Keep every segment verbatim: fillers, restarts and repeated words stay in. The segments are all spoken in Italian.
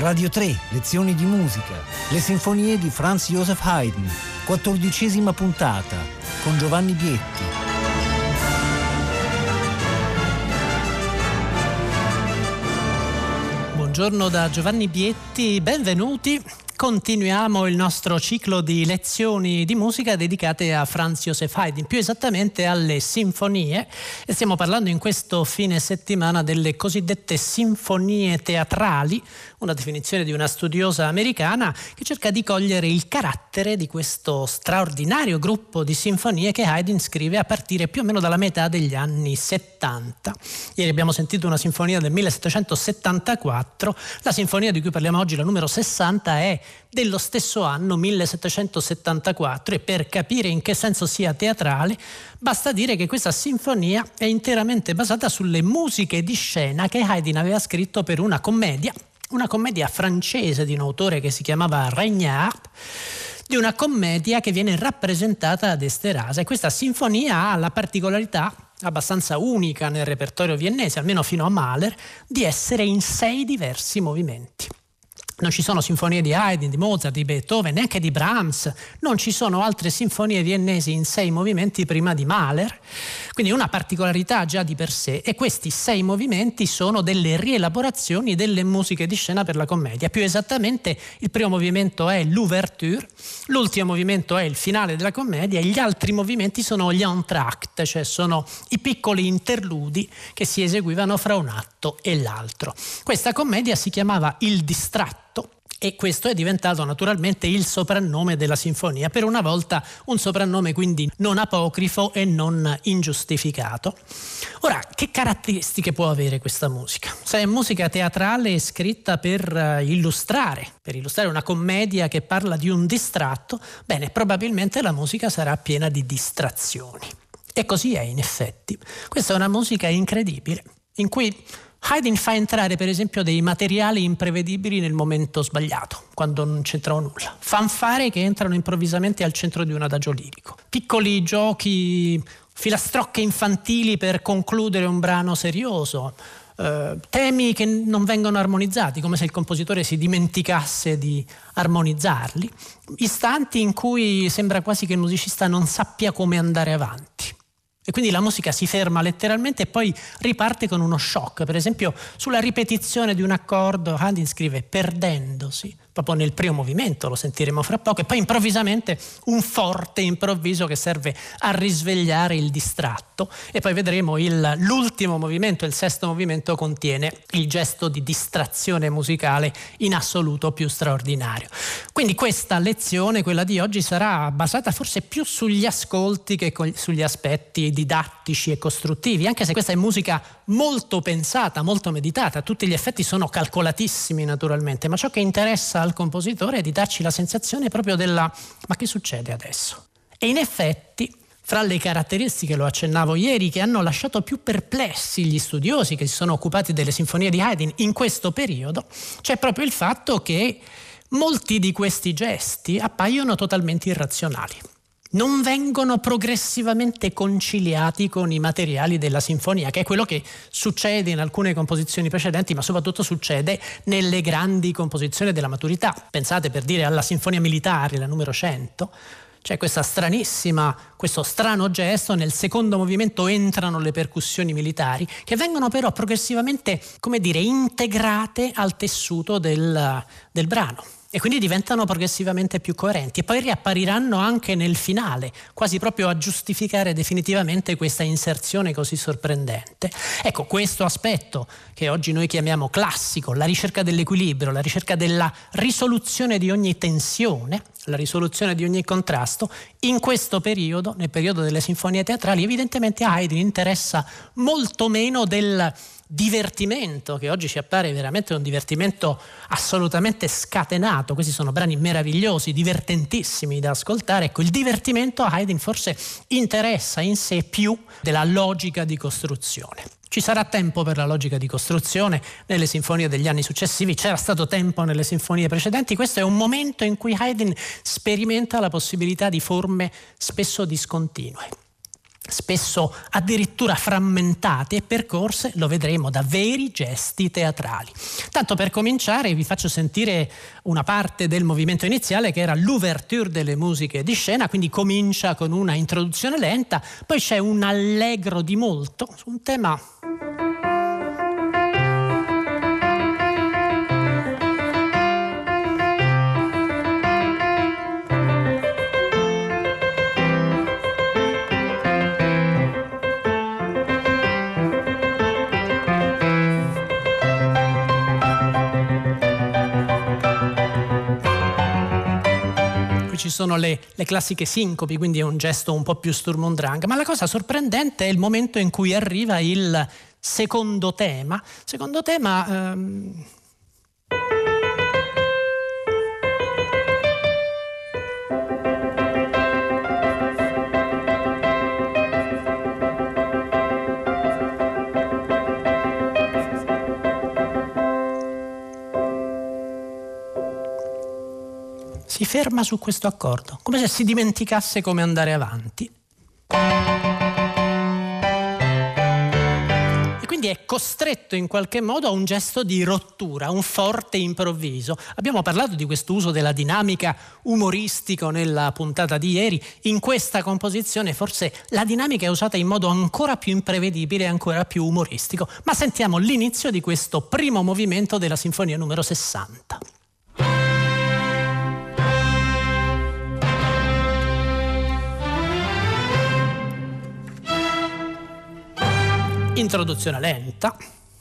Radio tre, lezioni di musica, le sinfonie di Franz Joseph Haydn, quattordicesima puntata, con Giovanni Bietti. Buongiorno da Giovanni Bietti, benvenuti. Continuiamo il nostro ciclo di lezioni di musica dedicate a Franz Joseph Haydn, più esattamente alle sinfonie, e stiamo parlando in questo fine settimana delle cosiddette sinfonie teatrali, una definizione di una studiosa americana che cerca di cogliere il carattere di questo straordinario gruppo di sinfonie che Haydn scrive a partire più o meno dalla metà degli anni settanta. Ieri abbiamo sentito una sinfonia del millesettecentosettantaquattro, la sinfonia di cui parliamo oggi, la numero sessanta, è dello stesso anno millesettecentosettantaquattro, e per capire in che senso sia teatrale basta dire che questa sinfonia è interamente basata sulle musiche di scena che Haydn aveva scritto per una commedia, una commedia francese di un autore che si chiamava Regnard, di una commedia che viene rappresentata ad Esterházy. E questa sinfonia ha la particolarità abbastanza unica nel repertorio viennese, almeno fino a Mahler, di essere in sei diversi movimenti. Non ci sono sinfonie di Haydn, di Mozart, di Beethoven, neanche di Brahms, non ci sono altre sinfonie viennesi in sei movimenti prima di Mahler, quindi una particolarità già di per sé, e questi sei movimenti sono delle rielaborazioni delle musiche di scena per la commedia. Più esattamente il primo movimento è l'ouverture, l'ultimo movimento è il finale della commedia, e gli altri movimenti sono gli entr'acte, cioè sono i piccoli interludi che si eseguivano fra un atto e l'altro. Questa commedia si chiamava Il distratto, e questo è diventato naturalmente il soprannome della sinfonia, per una volta un soprannome quindi non apocrifo e non ingiustificato. Ora, che caratteristiche può avere questa musica? Se è musica teatrale scritta per illustrare, per illustrare una commedia che parla di un distratto, bene, probabilmente la musica sarà piena di distrazioni. E così è, in effetti. Questa è una musica incredibile, in cui Haydn fa entrare per esempio dei materiali imprevedibili nel momento sbagliato, quando non c'entrano nulla. Fanfare che entrano improvvisamente al centro di un adagio lirico. Piccoli giochi, filastrocche infantili per concludere un brano serioso. Eh, temi che non vengono armonizzati, come se il compositore si dimenticasse di armonizzarli. Istanti in cui sembra quasi che il musicista non sappia come andare avanti. E quindi la musica si ferma letteralmente e poi riparte con uno shock. Per esempio, sulla ripetizione di un accordo, Haydn scrive perdendosi, proprio nel primo movimento, lo sentiremo fra poco, e poi improvvisamente un forte improvviso che serve a risvegliare il distratto, e poi vedremo il, l'ultimo movimento, il sesto movimento, contiene il gesto di distrazione musicale in assoluto più straordinario. Quindi questa lezione, quella di oggi, sarà basata forse più sugli ascolti che sugli aspetti didattici e costruttivi, anche se questa è musica molto pensata, molto meditata, tutti gli effetti sono calcolatissimi naturalmente, ma ciò che interessa al compositore è di darci la sensazione proprio della ma che succede adesso? E in effetti, fra le caratteristiche, lo accennavo ieri, che hanno lasciato più perplessi gli studiosi che si sono occupati delle sinfonie di Haydn in questo periodo, c'è proprio il fatto che molti di questi gesti appaiono totalmente irrazionali. Non vengono progressivamente conciliati con i materiali della sinfonia, che è quello che succede in alcune composizioni precedenti, ma soprattutto succede nelle grandi composizioni della maturità. Pensate, per dire, alla Sinfonia Militare, la numero cento. C'è questa stranissima, questo strano gesto, nel secondo movimento entrano le percussioni militari, che vengono però progressivamente, come dire, integrate al tessuto del, del brano. E quindi diventano progressivamente più coerenti, e poi riappariranno anche nel finale, quasi proprio a giustificare definitivamente questa inserzione così sorprendente. Ecco, questo aspetto che oggi noi chiamiamo classico, la ricerca dell'equilibrio, la ricerca della risoluzione di ogni tensione, la risoluzione di ogni contrasto, in questo periodo, nel periodo delle sinfonie teatrali, evidentemente a Haydn interessa molto meno del divertimento, che oggi ci appare veramente un divertimento assolutamente scatenato. Questi sono brani meravigliosi, divertentissimi da ascoltare. Ecco, il divertimento a Haydn forse interessa in sé più della logica di costruzione. Ci sarà tempo per la logica di costruzione nelle sinfonie degli anni successivi, c'era stato tempo nelle sinfonie precedenti. Questo è un momento in cui Haydn sperimenta la possibilità di forme spesso discontinue. spesso addirittura frammentate e percorse, lo vedremo, da veri gesti teatrali. Tanto per cominciare vi faccio sentire una parte del movimento iniziale, che era l'ouverture delle musiche di scena, quindi comincia con una introduzione lenta, poi c'è un allegro di molto su un tema ci sono le, le classiche sincopi, quindi è un gesto un po' più Sturm und Drang, ma la cosa sorprendente è il momento in cui arriva il secondo tema. Secondo tema ehm... si ferma su questo accordo, come se si dimenticasse come andare avanti. E quindi è costretto in qualche modo a un gesto di rottura, un forte improvviso. Abbiamo parlato di questo uso della dinamica umoristico nella puntata di ieri. In questa composizione forse la dinamica è usata in modo ancora più imprevedibile e ancora più umoristico. Ma sentiamo l'inizio di questo primo movimento della sinfonia numero sessanta. Introduzione lenta.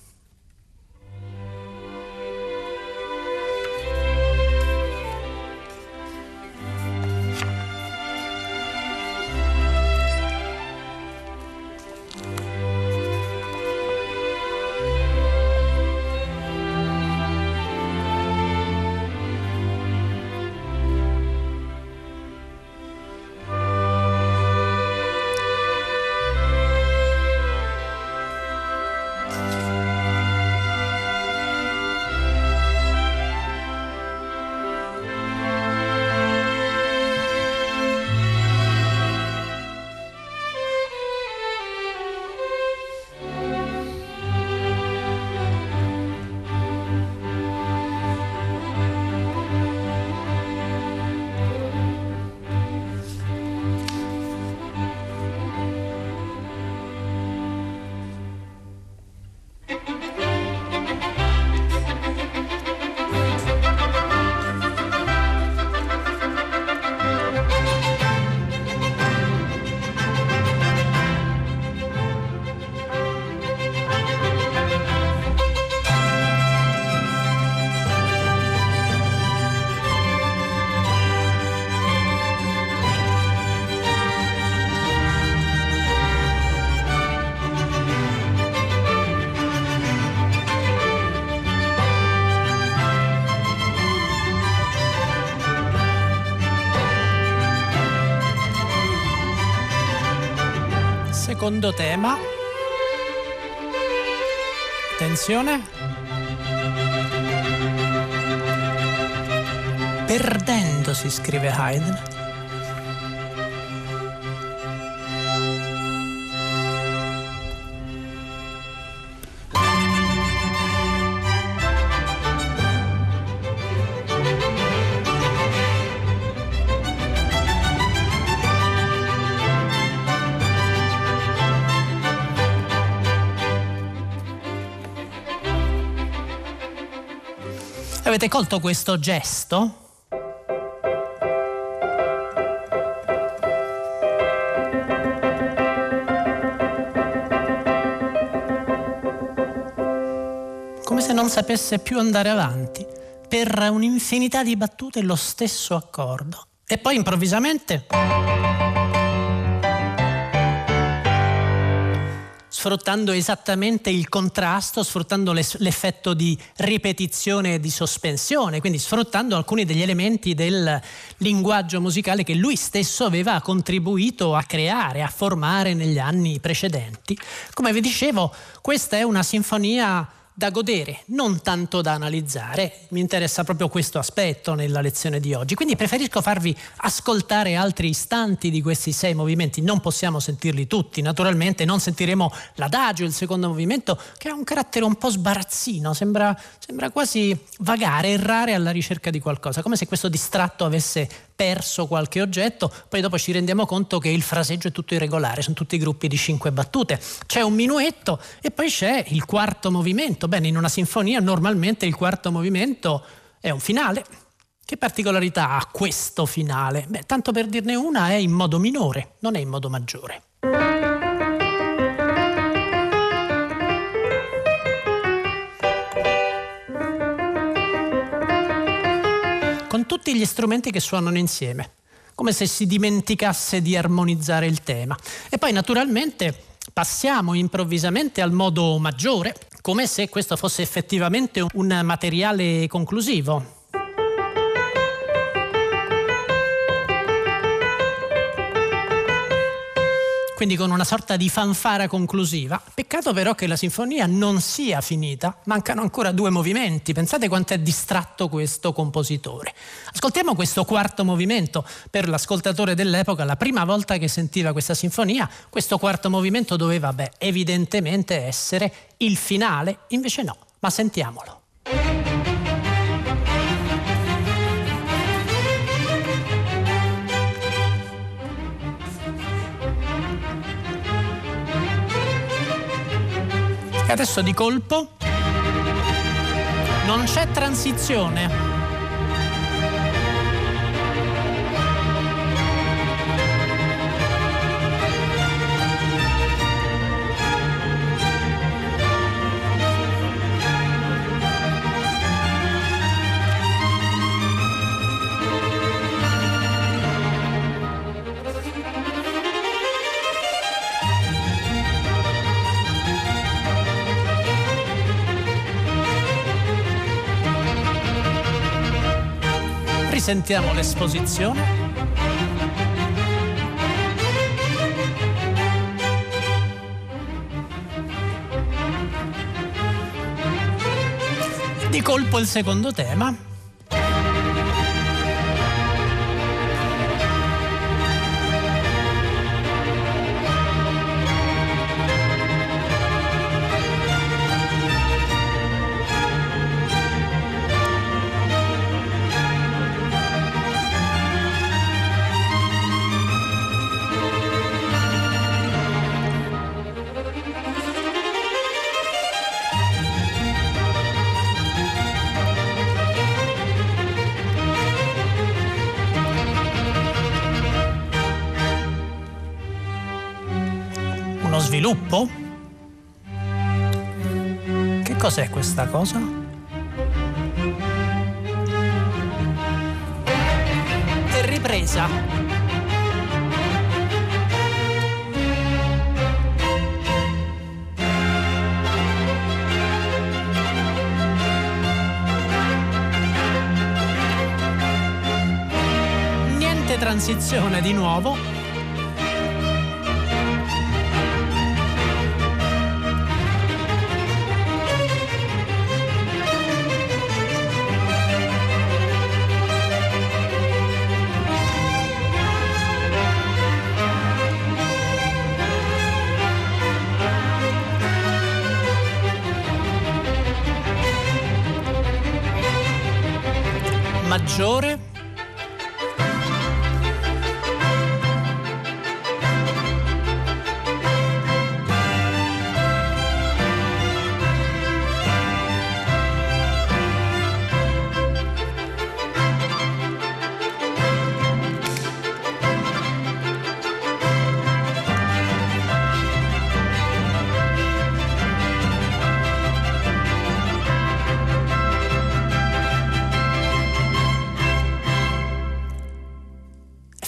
Secondo tema. Attenzione. Perdendosi, scrive Haydn. Avete colto questo gesto? Come se non sapesse più andare avanti, per un'infinità di battute lo stesso accordo. E poi improvvisamente, sfruttando esattamente il contrasto, sfruttando l'effetto di ripetizione e di sospensione, quindi sfruttando alcuni degli elementi del linguaggio musicale che lui stesso aveva contribuito a creare, a formare negli anni precedenti. Come vi dicevo, questa è una sinfonia da godere, non tanto da analizzare. Mi interessa proprio questo aspetto nella lezione di oggi, quindi preferisco farvi ascoltare altri istanti di questi sei movimenti. Non possiamo sentirli tutti, naturalmente non sentiremo l'adagio, il secondo movimento, che ha un carattere un po' sbarazzino, sembra, sembra quasi vagare, errare alla ricerca di qualcosa, come se questo distratto avesse perso qualche oggetto. Poi dopo ci rendiamo conto che il fraseggio è tutto irregolare, sono tutti gruppi di cinque battute, c'è un minuetto e poi c'è il quarto movimento. Bene, in una sinfonia normalmente il quarto movimento è un finale. Che particolarità ha questo finale? Beh, tanto per dirne una, è in modo minore, non è in modo maggiore. Con tutti gli strumenti che suonano insieme, come se si dimenticasse di armonizzare il tema. E poi naturalmente passiamo improvvisamente al modo maggiore, come se questo fosse effettivamente un materiale conclusivo. Quindi con una sorta di fanfara conclusiva. Peccato però che la sinfonia non sia finita, mancano ancora due movimenti. Pensate quanto è distratto questo compositore. Ascoltiamo questo quarto movimento. Per l'ascoltatore dell'epoca, la prima volta che sentiva questa sinfonia, questo quarto movimento doveva, beh, evidentemente essere il finale, invece no, ma sentiamolo. E adesso di colpo non c'è transizione. Risentiamo l'esposizione. Di colpo il secondo tema. Sviluppo? Che cos'è questa cosa? E ripresa. Niente transizione di nuovo. Maggiore.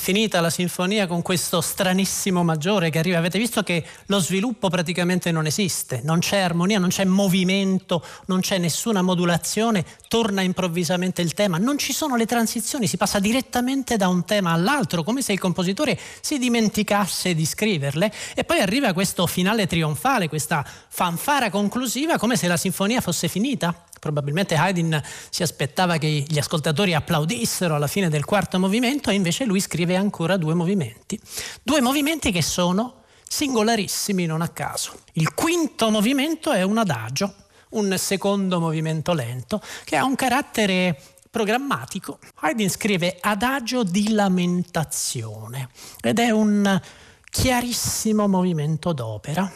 finita la sinfonia con questo stranissimo maggiore che arriva. Avete visto che lo sviluppo praticamente non esiste, non c'è armonia, non c'è movimento, non c'è nessuna modulazione, torna improvvisamente il tema, non ci sono le transizioni, si passa direttamente da un tema all'altro, come se il compositore si dimenticasse di scriverle, e poi arriva questo finale trionfale, questa fanfara conclusiva, come se la sinfonia fosse finita. Probabilmente Haydn si aspettava che gli ascoltatori applaudissero alla fine del quarto movimento, e invece lui scrive ancora due movimenti. Due movimenti che sono singolarissimi non a caso. Il quinto movimento è un adagio, un secondo movimento lento, che ha un carattere programmatico. Haydn scrive adagio di lamentazione ed è un chiarissimo movimento d'opera.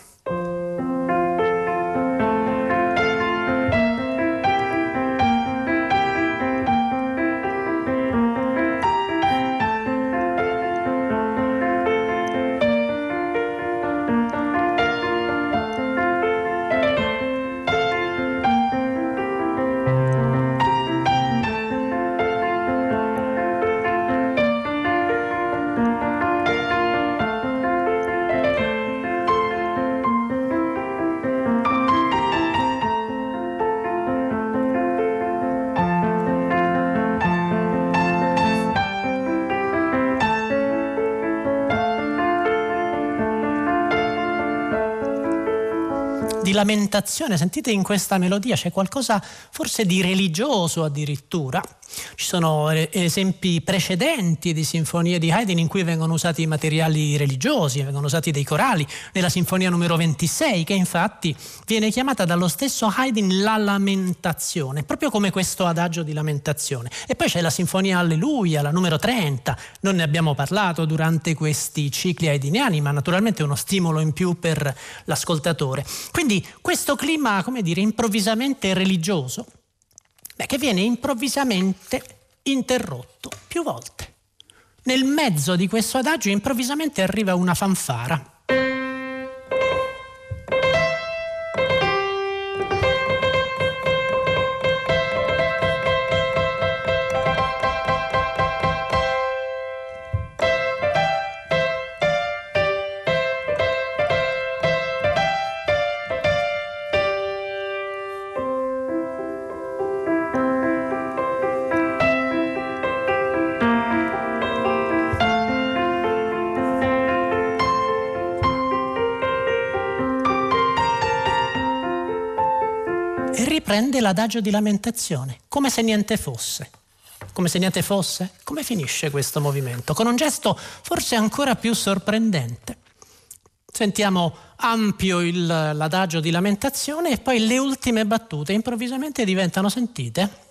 Di lamentazione, sentite in questa melodia c'è qualcosa forse di religioso addirittura. Ci sono esempi precedenti di sinfonie di Haydn in cui vengono usati materiali religiosi, vengono usati dei corali, nella sinfonia numero ventisei, che infatti viene chiamata dallo stesso Haydn la lamentazione, proprio come questo adagio di lamentazione. E poi c'è la sinfonia Alleluia, la numero trenta, non ne abbiamo parlato durante questi cicli haydniani, ma naturalmente è uno stimolo in più per l'ascoltatore. Quindi questo clima, come dire, improvvisamente religioso, beh, che viene improvvisamente interrotto più volte. Nel mezzo di questo adagio improvvisamente arriva una fanfara. Prende l'adagio di lamentazione, come se niente fosse. Come se niente fosse? Come finisce questo movimento? Con un gesto forse ancora più sorprendente. Sentiamo ampio il, l'adagio di lamentazione e poi le ultime battute improvvisamente diventano, sentite?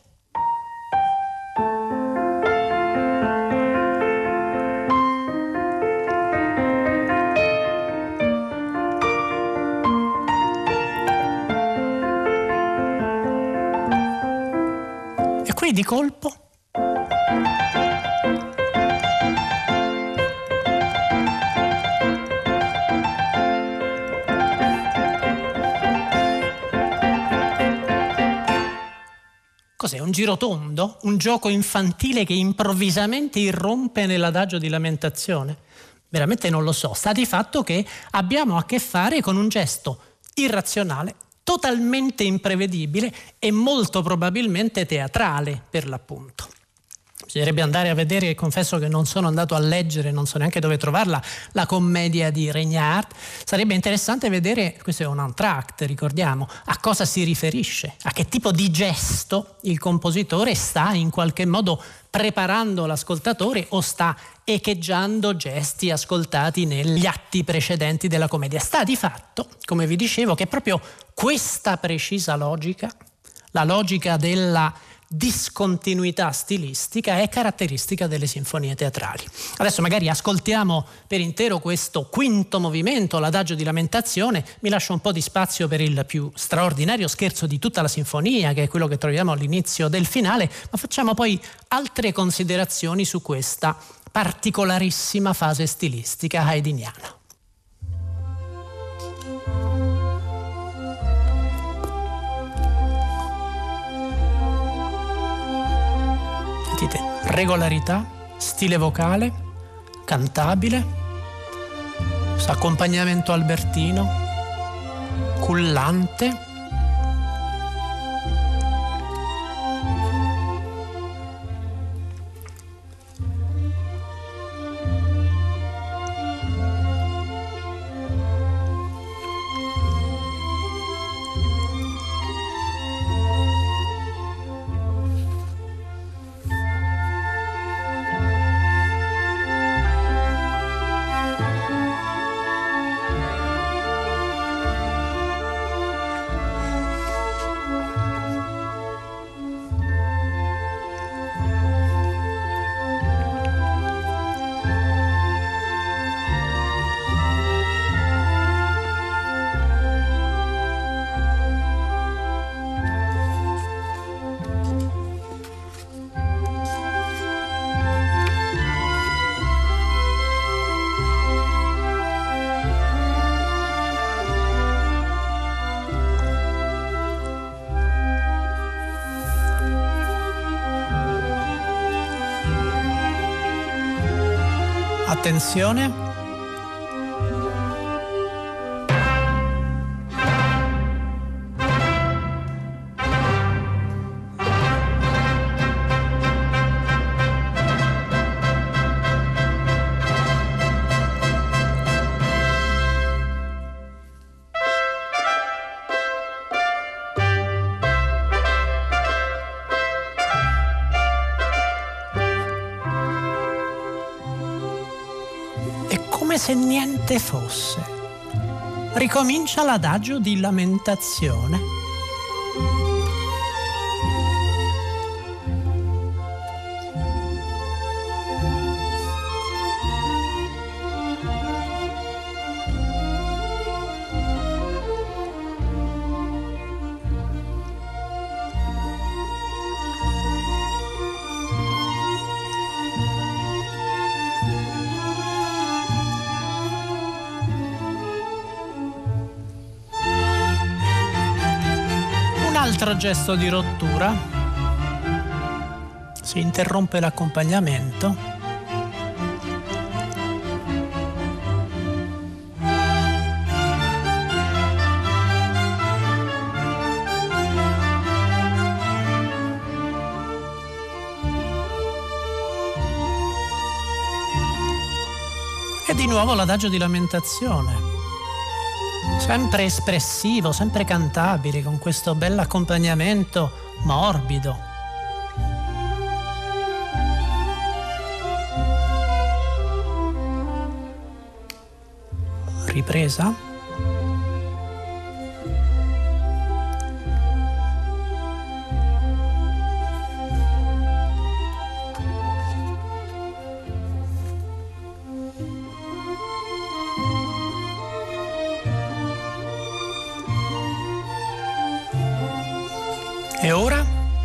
Di colpo cos'è? Un girotondo? Un gioco infantile che improvvisamente irrompe nell'adagio di lamentazione? Veramente non lo so. Sta di fatto che abbiamo a che fare con un gesto irrazionale, totalmente imprevedibile e molto probabilmente teatrale, per l'appunto. Bisognerebbe andare a vedere, confesso che non sono andato a leggere, non so neanche dove trovarla, la commedia di Regnard. Sarebbe interessante vedere, questo è un entr'acte, ricordiamo, a cosa si riferisce, a che tipo di gesto il compositore sta in qualche modo preparando l'ascoltatore o sta echeggiando gesti ascoltati negli atti precedenti della commedia. Sta di fatto, come vi dicevo, che proprio questa precisa logica, la logica della discontinuità stilistica, è caratteristica delle sinfonie teatrali. Adesso magari ascoltiamo per intero questo quinto movimento, l'adagio di lamentazione. Mi lascio un po' di spazio per il più straordinario scherzo di tutta la sinfonia, che è quello che troviamo all'inizio del finale, ma facciamo poi altre considerazioni su questa particolarissima fase stilistica haydniana. Regolarità, stile vocale, cantabile, accompagnamento albertino, cullante. Attenzione. Come se niente fosse. Ricomincia l'adagio di lamentazione. Altro gesto di rottura, si interrompe l'accompagnamento. E di nuovo l'adagio di lamentazione. Sempre espressivo, sempre cantabile, con questo bell'accompagnamento morbido. Ripresa. E ora?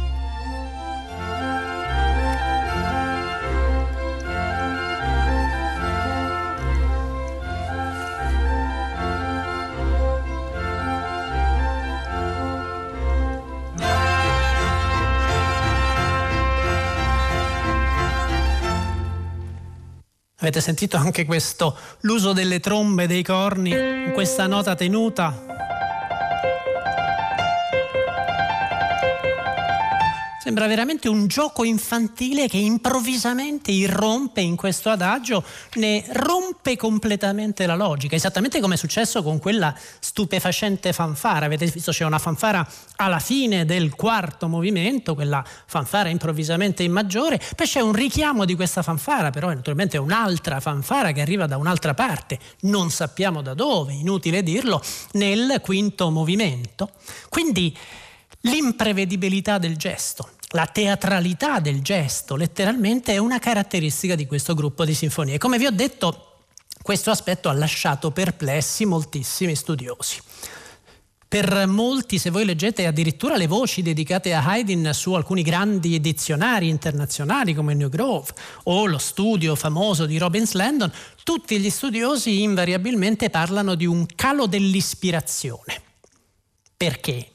Avete sentito anche questo, l'uso delle trombe, dei corni, in questa nota tenuta? Sembra veramente un gioco infantile che improvvisamente irrompe in questo adagio, ne rompe completamente la logica, esattamente come è successo con quella stupefacente fanfara. Avete visto, c'è una fanfara alla fine del quarto movimento, quella fanfara improvvisamente in maggiore, poi c'è un richiamo di questa fanfara, però naturalmente è un'altra fanfara che arriva da un'altra parte, non sappiamo da dove, inutile dirlo, nel quinto movimento. Quindi l'imprevedibilità del gesto, la teatralità del gesto, letteralmente, è una caratteristica di questo gruppo di sinfonie. Come vi ho detto, questo aspetto ha lasciato perplessi moltissimi studiosi. Per molti, se voi leggete addirittura le voci dedicate a Haydn su alcuni grandi dizionari internazionali come New Grove o lo studio famoso di Robbins Landon, tutti gli studiosi invariabilmente parlano di un calo dell'ispirazione. Perché?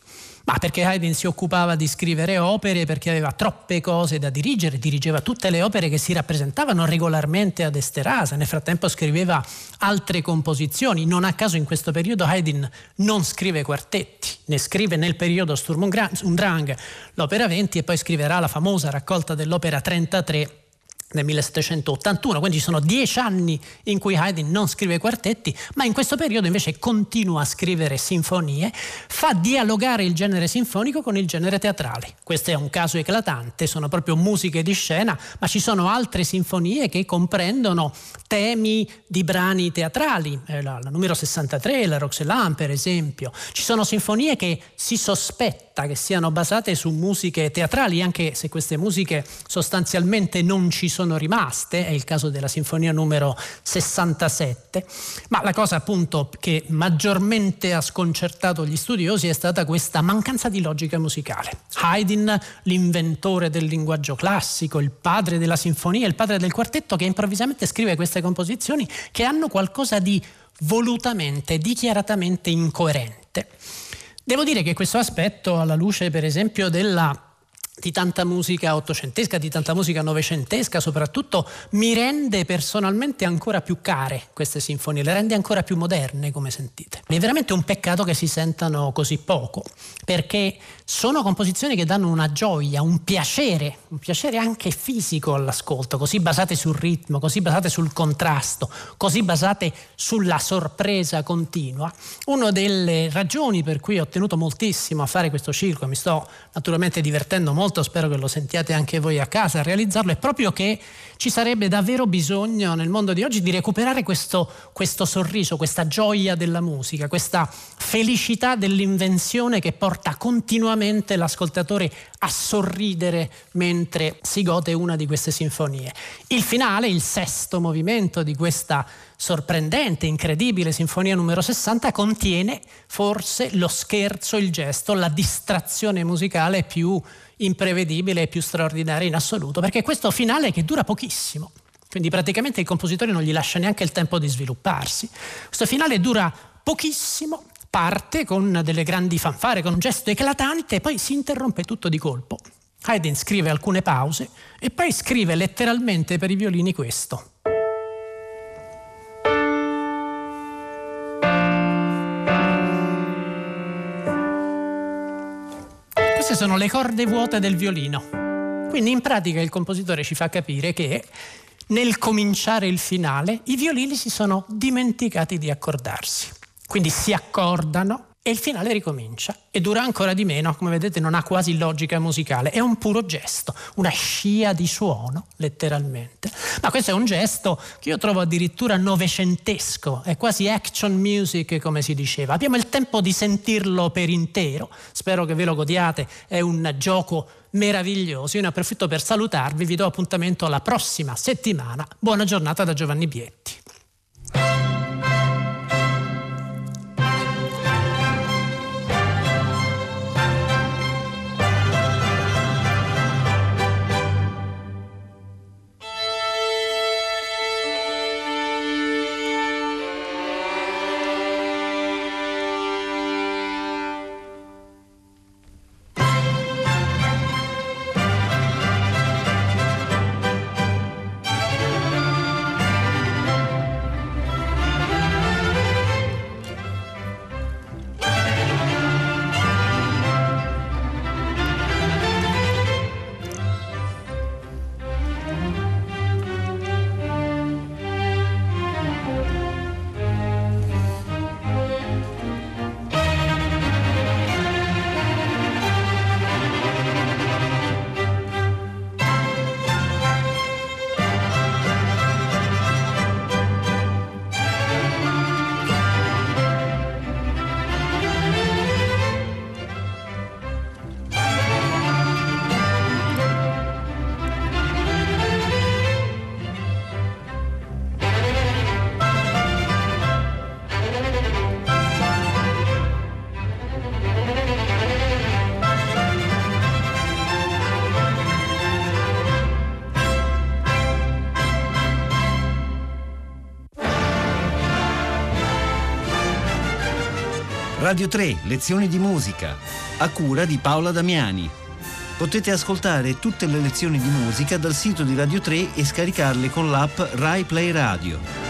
Ma perché Haydn si occupava di scrivere opere, perché aveva troppe cose da dirigere, dirigeva tutte le opere che si rappresentavano regolarmente ad Esterházy, nel frattempo scriveva altre composizioni. Non a caso in questo periodo Haydn non scrive quartetti, ne scrive nel periodo Sturm und Drang l'opera venti e poi scriverà la famosa raccolta dell'opera trentatré nel millesettecentottantuno, quindi ci sono dieci anni in cui Haydn non scrive quartetti, ma in questo periodo invece continua a scrivere sinfonie, fa dialogare il genere sinfonico con il genere teatrale. Questo è un caso eclatante, sono proprio musiche di scena, ma ci sono altre sinfonie che comprendono temi di brani teatrali, eh, la, la numero sessantatré, la Roxelane per esempio. Ci sono sinfonie che si sospetta che siano basate su musiche teatrali, anche se queste musiche sostanzialmente non ci sono sono rimaste, è il caso della sinfonia numero sessantasette, ma la cosa appunto che maggiormente ha sconcertato gli studiosi è stata questa mancanza di logica musicale. Haydn, l'inventore del linguaggio classico, il padre della sinfonia, il padre del quartetto, che improvvisamente scrive queste composizioni che hanno qualcosa di volutamente, dichiaratamente incoerente. Devo dire che questo aspetto, alla luce per esempio della di tanta musica ottocentesca, di tanta musica novecentesca soprattutto, mi rende personalmente ancora più care queste sinfonie, le rende ancora più moderne, come sentite. È veramente un peccato che si sentano così poco, perché sono composizioni che danno una gioia, un piacere, un piacere anche fisico all'ascolto, così basate sul ritmo, così basate sul contrasto, così basate sulla sorpresa continua. Una delle ragioni per cui ho tenuto moltissimo a fare questo ciclo, mi sto naturalmente divertendo molto, spero che lo sentiate anche voi a casa a realizzarlo, è proprio che ci sarebbe davvero bisogno nel mondo di oggi di recuperare questo, questo sorriso, questa gioia della musica, questa felicità dell'invenzione che porta continuamente l'ascoltatore a sorridere mentre si gode una di queste sinfonie. Il finale, il sesto movimento di questa sorprendente, incredibile sinfonia numero sessanta, contiene forse lo scherzo, il gesto, la distrazione musicale più imprevedibile e più straordinaria in assoluto, perché questo finale che dura pochissimo, quindi praticamente il compositore non gli lascia neanche il tempo di svilupparsi. Questo finale dura pochissimo, parte con delle grandi fanfare, con un gesto eclatante e poi si interrompe tutto di colpo. Haydn scrive alcune pause e poi scrive letteralmente per i violini questo. Queste sono le corde vuote del violino. Quindi in pratica il compositore ci fa capire che nel cominciare il finale i violini si sono dimenticati di accordarsi. Quindi si accordano e il finale ricomincia e dura ancora di meno, come vedete non ha quasi logica musicale, è un puro gesto, una scia di suono letteralmente, ma questo è un gesto che io trovo addirittura novecentesco, è quasi action music come si diceva. Abbiamo il tempo di sentirlo per intero, spero che ve lo godiate, è un gioco meraviglioso. Io ne approfitto per salutarvi, vi do appuntamento alla prossima settimana, buona giornata da Giovanni Bietti. Radio tre, lezioni di musica, a cura di Paola Damiani. Potete ascoltare tutte le lezioni di musica dal sito di Radio tre e scaricarle con l'app Rai Play Radio.